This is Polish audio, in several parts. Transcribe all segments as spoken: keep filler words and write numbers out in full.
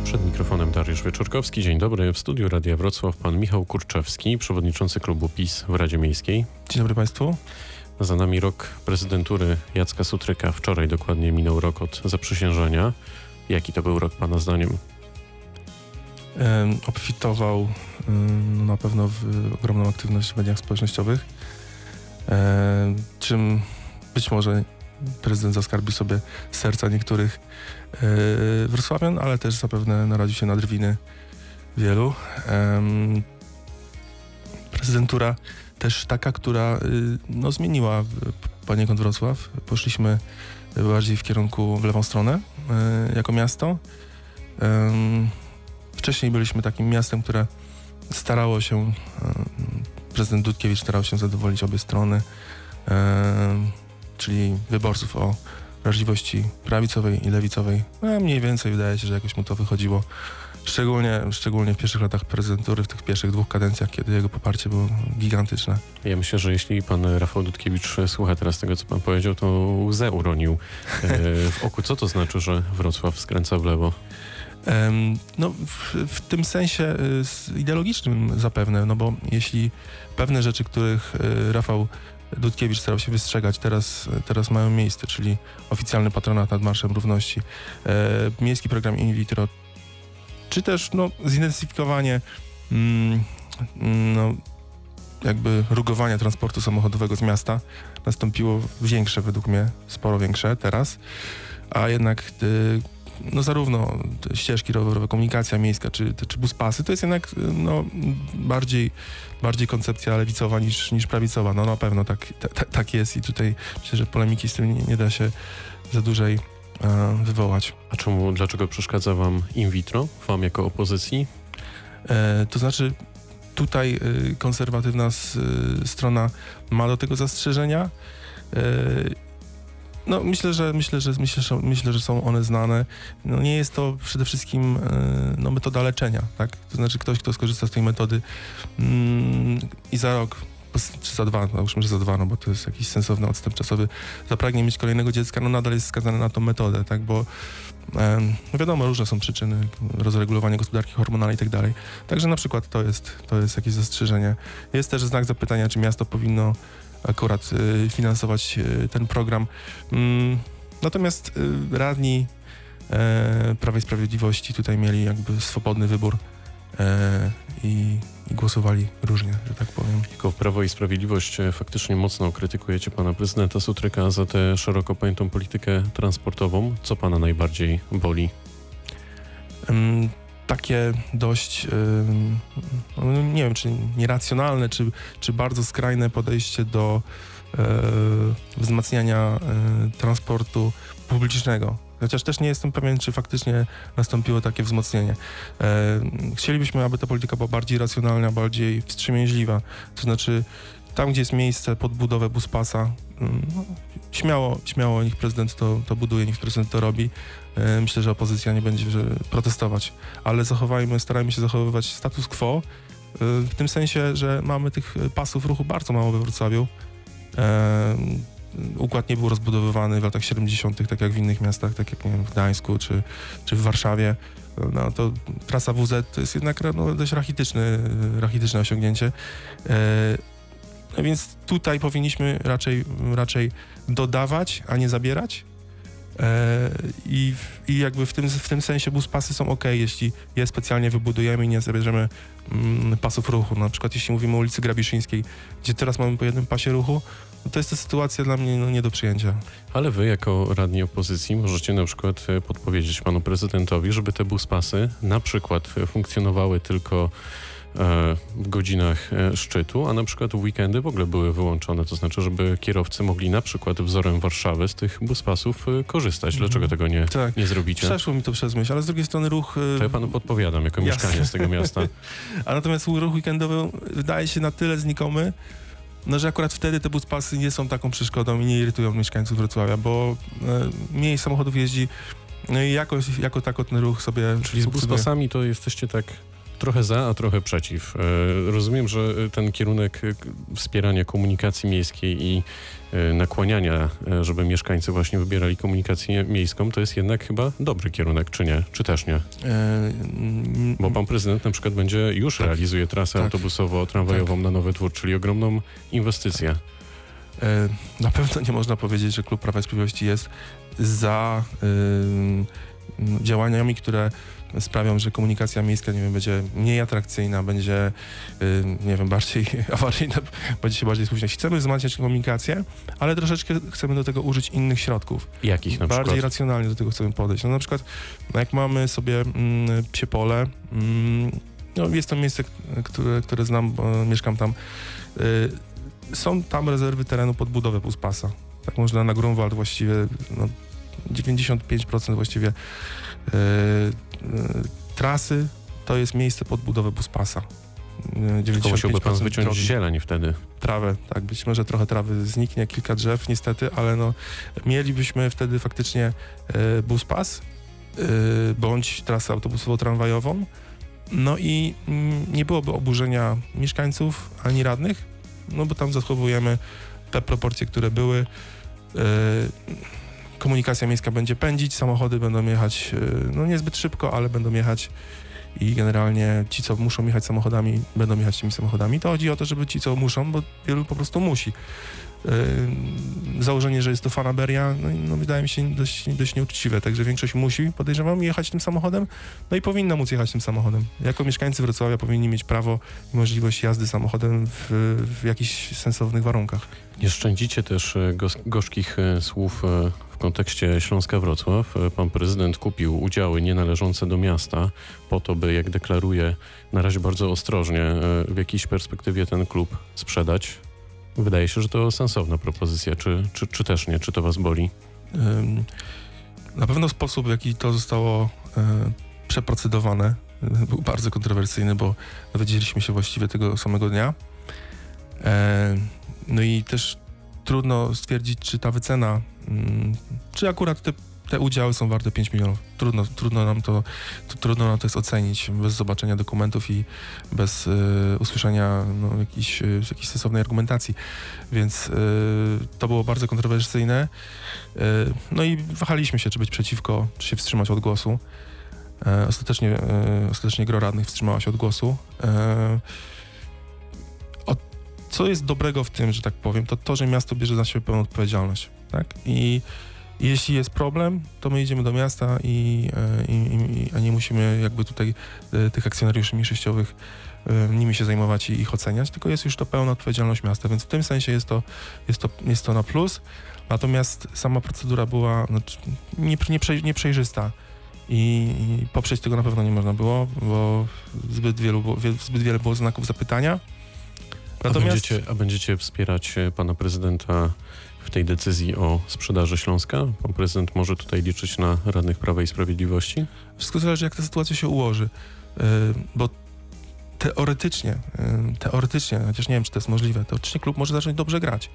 Przed mikrofonem Dariusz Wieczorkowski. Dzień dobry. W studiu Radia Wrocław pan Michał Kurczewski, przewodniczący klubu PiS w Radzie Miejskiej. Dzień dobry Państwu. Za nami rok prezydentury Jacka Sutryka. Wczoraj dokładnie minął rok od zaprzysiężenia. Jaki to był rok pana zdaniem? Um, obfitował um, na pewno w ogromną aktywność w mediach społecznościowych, um, czym być może prezydent zaskarbi sobie serca niektórych um, wrocławian, ale też zapewne naraził się na drwiny wielu. Um, prezydentura też taka, która no, zmieniła poniekąd Wrocław. Poszliśmy bardziej w kierunku w lewą stronę jako miasto. Um, Wcześniej byliśmy takim miastem, które starało się, prezydent Dudkiewicz starał się zadowolić obie strony, czyli wyborców o wrażliwości prawicowej i lewicowej. No, mniej więcej wydaje się, że jakoś mu to wychodziło. Szczególnie, szczególnie w pierwszych latach prezydentury, w tych pierwszych dwóch kadencjach, kiedy jego poparcie było gigantyczne. Ja myślę, że jeśli pan Rafał Dudkiewicz słucha teraz tego, co pan powiedział, to łzę uronił w oku. Co to znaczy, że Wrocław skręca w lewo? No, w, w tym sensie ideologicznym zapewne, no bo jeśli pewne rzeczy, których Rafał Dudkiewicz starał się wystrzegać, teraz, teraz mają miejsce, czyli oficjalny patronat nad Marszem Równości, miejski program in vitro, czy też no, zintensyfikowanie mm, no, jakby rugowania transportu samochodowego z miasta nastąpiło większe według mnie, sporo większe teraz, a jednak y, no zarówno ścieżki rowerowe, komunikacja miejska, czy, czy buspasy, to jest jednak no, bardziej, bardziej koncepcja lewicowa niż, niż prawicowa. No na pewno tak, t- tak jest i tutaj myślę, że polemiki z tym nie, nie da się za dużej e, wywołać. A czemu, dlaczego przeszkadza wam in vitro, wam jako opozycji? E, to znaczy tutaj e, konserwatywna s, e, strona ma do tego zastrzeżenia. E, No myślę, że myślę, że myślę, że myślę, że są one znane. No nie jest to przede wszystkim no, metoda leczenia, tak? To znaczy ktoś, kto skorzysta z tej metody mm, i za rok, czy za dwa, no już za dwa, no bo to jest jakiś sensowny odstęp czasowy, zapragnie mieć kolejnego dziecka, no nadal jest skazany na tą metodę, tak? Bo no wiadomo, różne są przyczyny, rozregulowanie gospodarki hormonalnej i tak dalej. Także na przykład to jest, to jest jakieś zastrzeżenie. Jest też znak zapytania, czy miasto powinno akurat y, finansować y, ten program. Mm, natomiast y, radni y, Prawa i Sprawiedliwości tutaj mieli jakby swobodny wybór y, i, i głosowali różnie, że tak powiem. Jako Prawo i Sprawiedliwość faktycznie mocno krytykujecie pana prezydenta Sutryka za tę szeroko pojętą politykę transportową. Co pana najbardziej boli? Um, takie dość, yy, nie wiem, czy nieracjonalne, czy, czy bardzo skrajne podejście do yy, wzmacniania yy, transportu publicznego. Chociaż też nie jestem pewien, czy faktycznie nastąpiło takie wzmocnienie. Yy, chcielibyśmy, aby ta polityka była bardziej racjonalna, bardziej wstrzemięźliwa. To znaczy, tam, gdzie jest miejsce pod budowę buspasa, yy, no, śmiało, śmiało niech prezydent to, to buduje, niech prezydent to robi. Myślę, że opozycja nie będzie że protestować, ale zachowajmy, starajmy się zachowywać status quo, w tym sensie, że mamy tych pasów ruchu bardzo mało we Wrocławiu. Układ nie był rozbudowywany w latach siedemdziesiątych, tak jak w innych miastach, tak jak nie wiem, w Gdańsku czy, czy w Warszawie. No, to trasa W Z to jest jednak no, dość rachityczne, rachityczne osiągnięcie. No więc tutaj powinniśmy raczej, raczej dodawać, a nie zabierać. I, I jakby w tym, w tym sensie buspasy są ok, jeśli je specjalnie wybudujemy i nie zabierzemy mm, pasów ruchu. Na przykład jeśli mówimy o ulicy Grabiszyńskiej, gdzie teraz mamy po jednym pasie ruchu, no to jest to sytuacja dla mnie no, nie do przyjęcia. Ale wy jako radni opozycji możecie na przykład podpowiedzieć panu prezydentowi, żeby te buspasy na przykład funkcjonowały tylko w godzinach szczytu, a na przykład w weekendy w ogóle były wyłączone, to znaczy, żeby kierowcy mogli na przykład wzorem Warszawy z tych buspasów korzystać. Dlaczego tego nie, tak. nie zrobicie? Przeszło mi to przez myśl, ale z drugiej strony ruch... To ja panu podpowiadam, jako mieszkanie z tego miasta. A natomiast ruch weekendowy wydaje się na tyle znikomy, no, że akurat wtedy te buspasy nie są taką przeszkodą i nie irytują mieszkańców Wrocławia, bo e, mniej samochodów jeździ, no i jako, jako tako ten ruch sobie... Czyli z buspasami to jesteście tak trochę za, a trochę przeciw. Rozumiem, że ten kierunek wspierania komunikacji miejskiej i nakłaniania, żeby mieszkańcy właśnie wybierali komunikację miejską, to jest jednak chyba dobry kierunek, czy nie? Czy też nie? Bo pan prezydent na przykład będzie już tak, realizuje trasę tak, autobusowo-tramwajową tak. na Nowy Dwór, czyli ogromną inwestycję. Na pewno nie można powiedzieć, że Klub Prawa i Sprawiedliwości jest za y, działaniami, które sprawią, że komunikacja miejska, nie wiem, będzie mniej atrakcyjna, będzie, y, nie wiem, bardziej awaryjna, będzie się bardziej spóźniać. Chcemy wzmacniać komunikację, ale troszeczkę chcemy do tego użyć innych środków. Jakich na bardziej przykład? Racjonalnie do tego chcemy podejść. No na przykład, jak mamy sobie mm, Psie Pole, mm, no jest to miejsce, które, które znam, bo mieszkam tam, y, są tam rezerwy terenu pod budowę buspasa. Tak można na Grunwald właściwie no, dziewięćdziesiąt pięć procent właściwie yy, yy, trasy to jest miejsce pod budowę buspasa. Tylko musiałby pan wyciąć drogi. Zieleń wtedy. Trawę, tak. Być może trochę trawy zniknie, kilka drzew niestety, ale no mielibyśmy wtedy faktycznie yy, buspas yy, bądź trasę autobusowo-tramwajową. No i yy, nie byłoby oburzenia mieszkańców ani radnych, no bo tam zachowujemy te proporcje, które były. Yy, komunikacja miejska będzie pędzić, samochody będą jechać, yy, no niezbyt szybko, ale będą jechać i generalnie ci, co muszą jechać samochodami, będą jechać tymi samochodami. To chodzi o to, żeby ci, co muszą, bo wielu po prostu musi. Yy, założenie, że jest to fanaberia, no, no wydaje mi się dość, dość nieuczciwe, także większość musi, podejrzewam, jechać tym samochodem, no i powinna móc jechać tym samochodem. Jako mieszkańcy Wrocławia powinni mieć prawo i możliwość jazdy samochodem w, w jakichś sensownych warunkach. Nie szczędzicie też gos- gorzkich słów w kontekście Śląska-Wrocław. Pan prezydent kupił udziały nienależące do miasta po to, by, jak deklaruje na razie bardzo ostrożnie, w jakiejś perspektywie ten klub sprzedać. Wydaje się, że to sensowna propozycja, czy, czy, czy też nie? Czy to was boli? Na pewno sposób, w jaki to zostało przeprocedowane, był bardzo kontrowersyjny, bo dowiedzieliśmy się właściwie tego samego dnia. No i też trudno stwierdzić, czy ta wycena, czy akurat te, te udziały są warte pięć milionów. Trudno, trudno, nam to, to, trudno nam to jest ocenić bez zobaczenia dokumentów i bez y, usłyszenia no, jakiejś, y, jakiejś sensownej argumentacji. Więc y, to było bardzo kontrowersyjne. Y, no i wahaliśmy się, czy być przeciwko, czy się wstrzymać od głosu. Y, ostatecznie, y, ostatecznie gro radnych wstrzymała się od głosu. Y, Co jest dobrego w tym, że tak powiem, to to, że miasto bierze na siebie pełną odpowiedzialność, tak? I jeśli jest problem, to my idziemy do miasta i, i, i a nie musimy jakby tutaj tych akcjonariuszy mniejszościowych nimi się zajmować i ich oceniać, tylko jest już to pełna odpowiedzialność miasta, więc w tym sensie jest to, jest to, jest to na plus. Natomiast sama procedura była no, nieprzejrzysta nie, przejrzysta i, i poprzeć tego na pewno nie można było, bo zbyt wielu, było, zbyt wiele było znaków zapytania. Natomiast... A, będziecie, a będziecie wspierać pana prezydenta w tej decyzji o sprzedaży Śląska? Pan prezydent może tutaj liczyć na radnych Prawa i Sprawiedliwości? Wszystko zależy, jak ta sytuacja się ułoży, yy, bo teoretycznie, yy, teoretycznie, chociaż nie wiem, czy to jest możliwe, teoretycznie klub może zacząć dobrze grać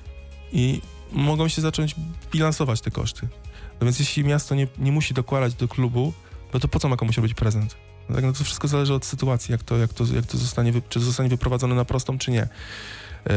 i mogą się zacząć bilansować te koszty. No więc jeśli miasto nie, nie musi dokładać do klubu, no to po co ma komuś robić prezent? No tak, no to wszystko zależy od sytuacji, jak to, jak to, jak to zostanie, czy zostanie wyprowadzone na prostą, czy nie. Yy,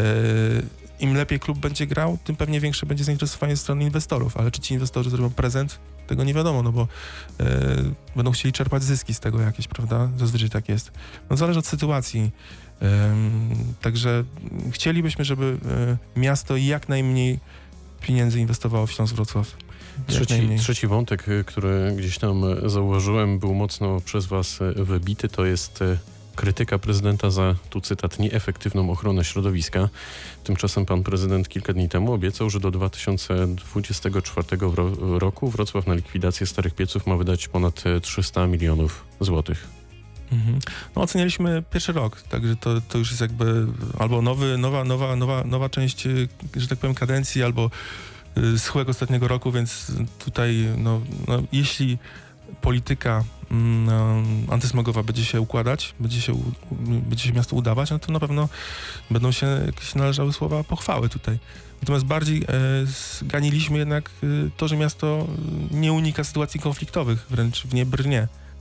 Im lepiej klub będzie grał, tym pewnie większe będzie zainteresowanie ze strony inwestorów, ale czy ci inwestorzy zrobią prezent, tego nie wiadomo, no bo yy, będą chcieli czerpać zyski z tego jakieś, prawda? Zazwyczaj tak jest. No zależy od sytuacji. Yy, także chcielibyśmy, żeby yy, miasto jak najmniej pieniędzy inwestowało w Śląsk Wrocław. Trzeci, trzeci wątek, który gdzieś tam zauważyłem, był mocno przez was wybity, to jest krytyka prezydenta za, tu cytat, nieefektywną ochronę środowiska. Tymczasem pan prezydent kilka dni temu obiecał, że do dwa tysiące dwudziestego czwartego roku Wrocław na likwidację starych pieców ma wydać ponad trzysta milionów złotych. Mhm. No ocenialiśmy pierwszy rok, także to, to już jest jakby albo nowy, nowa, nowa, nowa, nowa część, że tak powiem, kadencji, albo schyłek ostatniego roku, więc tutaj no, no, jeśli polityka no, antysmogowa będzie się układać, będzie się, będzie się miasto udawać, no to na pewno będą się jakieś należały słowa pochwały tutaj. Natomiast bardziej e, zganiliśmy jednak e, to, że miasto nie unika sytuacji konfliktowych, wręcz w nie brnie.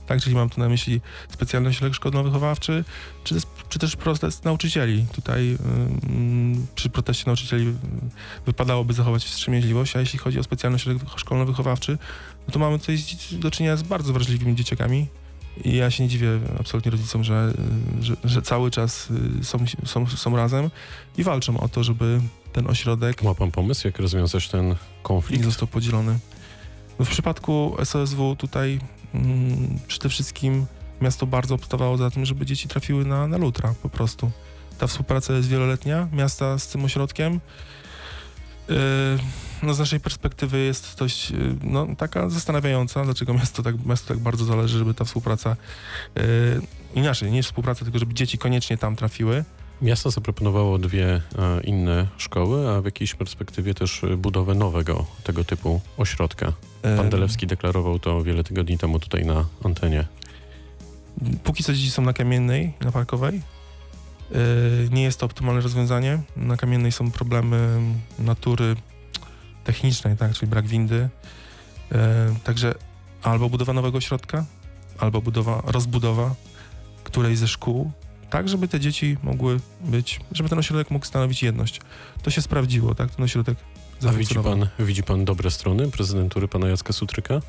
tak? Czyli mam tu na myśli specjalny ośrodek szkolno-wychowawczy, czy, czy też protest nauczycieli. Tutaj ym, przy proteście nauczycieli wypadałoby zachować wstrzemięźliwość, a jeśli chodzi o specjalny ośrodek szkolno-wychowawczy, no to mamy tutaj do czynienia z bardzo wrażliwymi dzieciakami. I ja się nie dziwię absolutnie rodzicom, że, że, że cały czas są, są, są razem i walczą o to, żeby ten ośrodek... Ma pan pomysł, jak rozwiązać ten konflikt? Nie został podzielony. No w przypadku S O S W tutaj mm, przede wszystkim miasto bardzo obstawało za tym, żeby dzieci trafiły na, na lutra po prostu. Ta współpraca jest wieloletnia miasta z tym ośrodkiem. Yy, no z naszej perspektywy jest dość yy, no, taka zastanawiająca, dlaczego miasto tak, miasto tak bardzo zależy, żeby ta współpraca yy, inaczej, nie współpraca, tylko żeby dzieci koniecznie tam trafiły. Miasto zaproponowało dwie e, inne szkoły, a w jakiejś perspektywie też budowę nowego tego typu ośrodka. Pan Delewski deklarował to wiele tygodni temu tutaj na antenie. Póki co dzieci są na Kamiennej, na Parkowej. Yy, nie jest to optymalne rozwiązanie. Na Kamiennej są problemy natury technicznej, tak, czyli brak windy. Yy, także albo budowa nowego ośrodka, albo budowa, rozbudowa którejś ze szkół, tak, żeby te dzieci mogły być, żeby ten ośrodek mógł stanowić jedność. To się sprawdziło, tak, ten ośrodek A widzi pan, widzi pan dobre strony prezydentury pana Jacka Sutryka? Yy,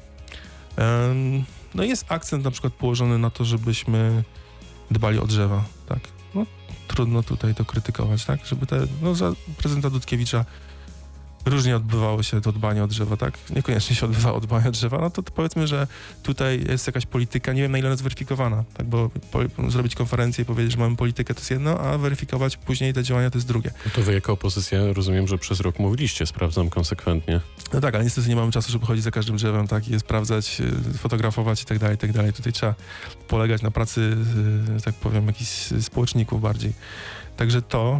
no jest akcent na przykład położony na to, żebyśmy dbali o drzewa, tak. No, trudno tutaj to krytykować, tak, żeby te, no za prezydenta Dudkiewicza różnie odbywało się to dbanie o drzewa, tak, niekoniecznie się odbywało dbanie o drzewa, no to, to powiedzmy, że tutaj jest jakaś polityka, nie wiem na ile ona jest weryfikowana, tak, bo po, zrobić konferencję i powiedzieć, że mamy politykę, to jest jedno, a weryfikować później te działania to jest drugie. No to wy jako opozycja rozumiem, że przez rok mówiliście, sprawdzam konsekwentnie. No tak, ale niestety nie mamy czasu, żeby chodzić za każdym drzewem, tak, i je sprawdzać, fotografować i tak dalej, i tak dalej. Tutaj trzeba polegać na pracy, tak powiem, jakichś społeczników bardziej. Także to,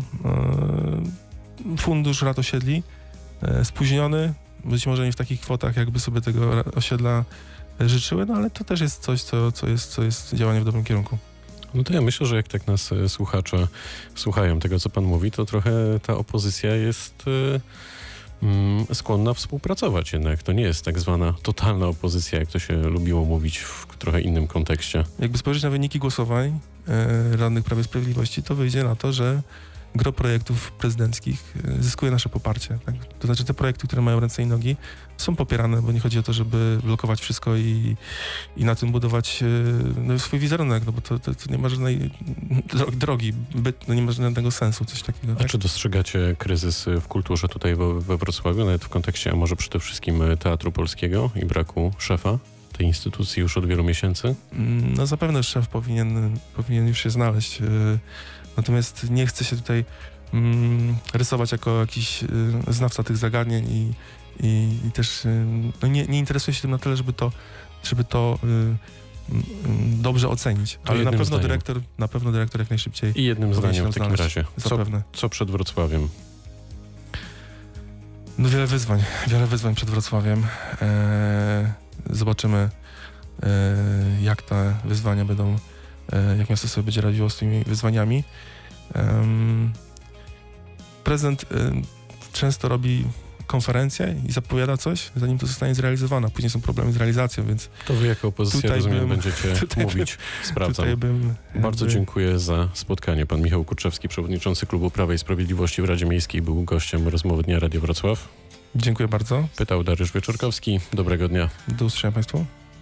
yy, fundusz Rad Osiedli, yy, spóźniony, być może nie w takich kwotach, jakby sobie tego osiedla życzyły, no ale to też jest coś, co, co, jest, co jest działanie w dobrym kierunku. No to ja myślę, że jak tak nas słuchacze słuchają tego, co pan mówi, to trochę ta opozycja jest y, y, skłonna współpracować jednak. To nie jest tak zwana totalna opozycja, jak to się lubiło mówić w trochę innym kontekście. Jakby spojrzeć na wyniki głosowań y, radnych Prawa i Sprawiedliwości, to wyjdzie na to, że gro projektów prezydenckich zyskuje nasze poparcie. Tak? To znaczy te projekty, które mają ręce i nogi, są popierane, bo nie chodzi o to, żeby blokować wszystko i, i na tym budować no, swój wizerunek, no bo to, to, to nie ma żadnej drogi, byt, no nie ma żadnego sensu, coś takiego. A tak? czy dostrzegacie kryzys w kulturze tutaj we, we Wrocławiu, nawet w kontekście, a może przede wszystkim Teatru Polskiego i braku szefa tej instytucji już od wielu miesięcy? No zapewne szef powinien, powinien już się znaleźć. Natomiast nie chcę się tutaj mm, rysować jako jakiś y, znawca tych zagadnień i, i, i też y, no nie, nie interesuję się tym na tyle, żeby to, żeby to y, y, dobrze ocenić. To ale na pewno zdaniem. dyrektor, na pewno dyrektor jak najszybciej. I jednym zdaniem w takim znaleźć. razie. Co, Zapewne. co przed Wrocławiem? No wiele wyzwań, wiele wyzwań przed Wrocławiem. E, zobaczymy, e, jak te wyzwania będą, e, jak miasto sobie będzie radziło z tymi wyzwaniami. E, prezydent e, często robi konferencję i zapowiada coś, zanim to zostanie zrealizowane. Później są problemy z realizacją, więc To wy jako opozycja, Tutaj rozumiem, bym- będziecie tutaj mówić. Sprawdzam. tutaj bym... Bardzo jakby- dziękuję za spotkanie. Pan Michał Kurczewski, przewodniczący Klubu Prawa i Sprawiedliwości w Radzie Miejskiej, był gościem rozmowy Dnia Radio Wrocław. Dziękuję bardzo. Pytał Dariusz Wieczorkowski. Dobrego dnia. Do usłyszenia Państwu.